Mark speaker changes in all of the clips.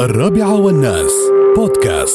Speaker 1: والناس بودكاست.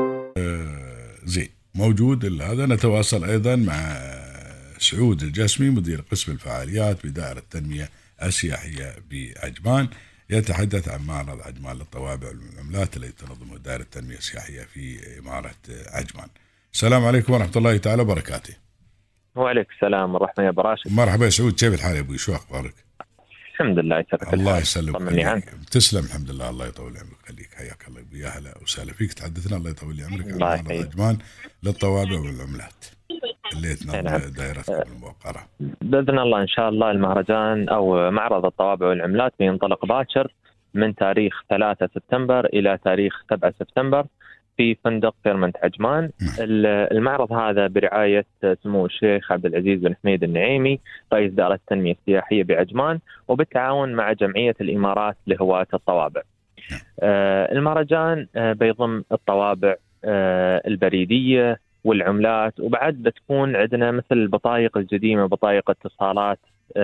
Speaker 2: زين موجود هذا. نتواصل أيضا مع سعود الجسمي مدير قسم الفعاليات بدائرة التنمية السياحية بعجمان، يتحدث عن معرض عجمان للطوابع والعملات الذي تنظمه دائرة التنمية السياحية في إمارة عجمان. السلام عليكم ورحمة الله تعالى وبركاته.
Speaker 3: وعليك السلام ورحمة يا براشد.
Speaker 2: مرحبا يا سعود، كيف الحال يا أبوي؟ شو أخبارك؟
Speaker 3: الحمد لله يسعدك.
Speaker 2: الله يسلمك. تسلم الحمد لله. الله يطول عمرك خليك. حياك الله يا هلا وسهلا فيك. تحدثنا الله يطول عمرك عن معرض عجمان للطوابع والعملات اللي تنظم دائرتكم الموقرة.
Speaker 3: بإذن الله إن شاء الله المهرجان أو معرض الطوابع والعملات بينطلق باكر من تاريخ 3 سبتمبر إلى تاريخ 7 سبتمبر في فندق فيرمنت عجمان. المعرض هذا برعاية سمو الشيخ عبد العزيز بن حميد النعيمي رئيس دائرة التنمية السياحية بعجمان، وبالتعاون مع جمعية الإمارات لهواة الطوابع. المهرجان بيضم الطوابع البريدية والعملات، وبعد بتكون عندنا مثل البطايق القديمة، بطايق اتصالات،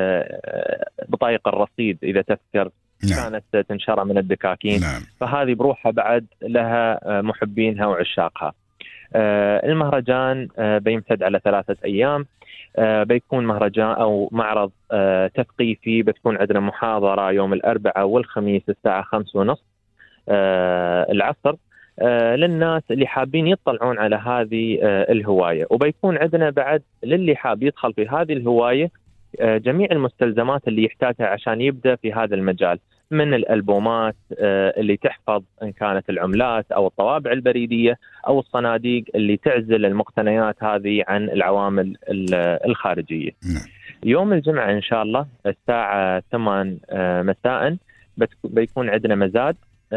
Speaker 3: بطايق الرصيد إذا تذكر.
Speaker 2: نعم.
Speaker 3: كانت تنشر من الدكاكين.
Speaker 2: نعم.
Speaker 3: فهذه بروحها بعد لها محبينها وعشاقها. المهرجان بيمتد على 3 أيام. بيكون مهرجان أو معرض تثقيفي. بتكون عندنا محاضرة يوم الأربعاء والخميس الساعة 5:30 العصر للناس اللي حابين يطلعون على هذه الهواية. وبيكون عندنا بعد للي حاب يدخل في هذه الهواية جميع المستلزمات اللي يحتاجها عشان يبدأ في هذا المجال، من الألبومات اللي تحفظ إن كانت العملات أو الطوابع البريدية أو الصناديق اللي تعزل المقتنيات هذه عن العوامل الخارجية. يوم الجمعة إن شاء الله الساعة 8 مساء بيكون عندنا مزاد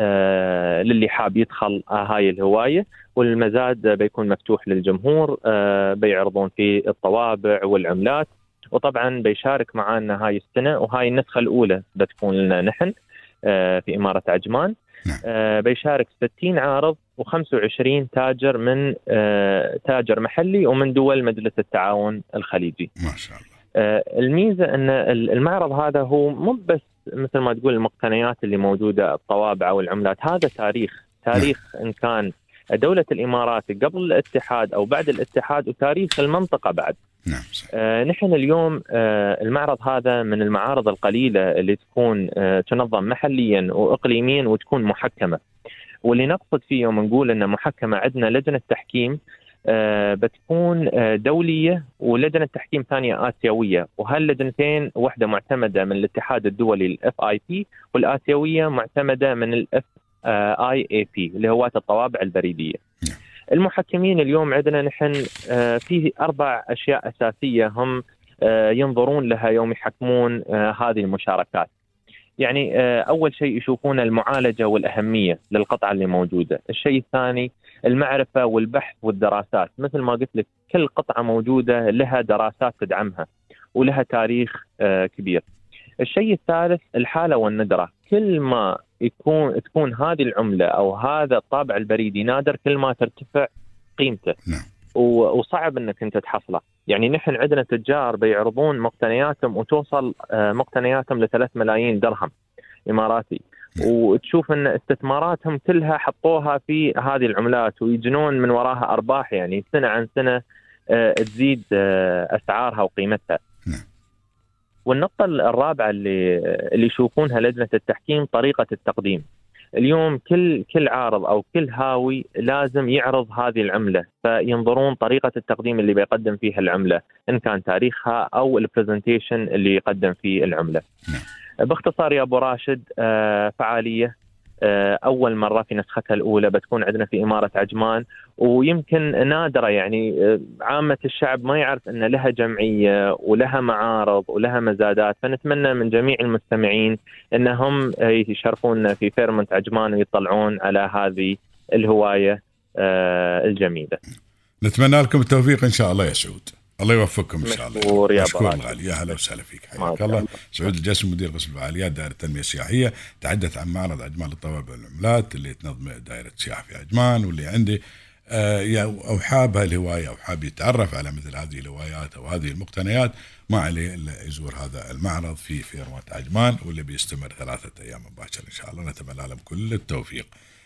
Speaker 3: للي حاب يدخل هاي الهواية، والمزاد بيكون مفتوح للجمهور. بيعرضون فيه الطوابع والعملات، وطبعا بيشارك معنا هاي السنة، وهاي النسخة الأولى بتكون لنا نحن في إمارة عجمان. بيشارك 60 عارض و25 تاجر من تاجر محلي ومن دول مجلس التعاون الخليجي.
Speaker 2: ما شاء الله.
Speaker 3: الميزة أن المعرض هذا هو مو بس مثل ما تقول المقتنيات اللي موجودة الطوابع والعملات، هذا تاريخ إن كان دولة الإمارات قبل الاتحاد أو بعد الاتحاد، وتاريخ المنطقة بعد.
Speaker 2: نعم.
Speaker 3: نحن اليوم المعرض هذا من المعارض القليلة اللي تكون تنظم محليا وإقليميا وتكون محكمة. واللي نقصد فيه يوم نقول أن محكمة، عندنا لجنة تحكيم بتكون دولية ولجنة تحكيم ثانية آسيوية، وهاللجنتين واحدة معتمدة من الاتحاد الدولي ال FIP، والآسيوية معتمدة من ال IAP اللي هو الطوابع البريدية. المحكمين اليوم عندنا نحن فيه 4 أشياء أساسية هم ينظرون لها يوم يحكمون هذه المشاركات. يعني أول شيء يشوفون المعالجة والأهمية للقطعة اللي موجودة. الشيء الثاني المعرفة والبحث والدراسات، مثل ما قلت لك كل قطعة موجودة لها دراسات تدعمها ولها تاريخ كبير. الشيء الثالث الحالة والندرة، كل ما تكون هذه العملة أو هذا الطابع البريدي نادر كل ما ترتفع قيمته. وصعب أنك أنت تحصله. يعني نحن عندنا تجار بيعرضون مقتنياتهم وتوصل مقتنياتهم ل3 ملايين درهم إماراتي، وتشوف أن استثماراتهم كلها حطوها في هذه العملات ويجنون من وراها أرباح، يعني سنة عن سنة تزيد أسعارها وقيمتها. والنقطة الرابعة اللي يشوفونها لجنة التحكيم طريقة التقديم. اليوم كل عارض أو كل هاوي لازم يعرض هذه العملة، فينظرون طريقة التقديم اللي بيقدم فيها العملة، إن كان تاريخها أو البرزنتيشن اللي يقدم فيه العملة. باختصار يا أبو راشد، فعالية أول مرة في نسختها الأولى بتكون عندنا في إمارة عجمان، ويمكن نادرة. يعني عامة الشعب ما يعرف أن لها جمعية ولها معارض ولها مزادات. فنتمنى من جميع المستمعين أنهم يشاركون في فيرمنت عجمان ويطلعون على هذه الهواية الجميلة.
Speaker 2: نتمنى لكم التوفيق إن شاء الله يا سعود. الله يوفقكم إن شاء الله.
Speaker 3: مشكور
Speaker 2: غالي. يا هلا وسهلا فيك. حياك الله. سعود الجسمي مدير قسم الفعاليات دائرة التنمية السياحية، تحدث عن معرض عجمان للطوابع والعملات اللي تنظمه دائرة السياحة في عجمان، واللي عنده أو حاب هالهواية أو حاب يتعرف على مثل هذه الهوايات أو هذه المقتنيات، ما عليه إلا يزور هذا المعرض في فيرمة عجمان، واللي بيستمر 3 أيام مباشرة إن شاء الله. نتمنى لهم كل التوفيق.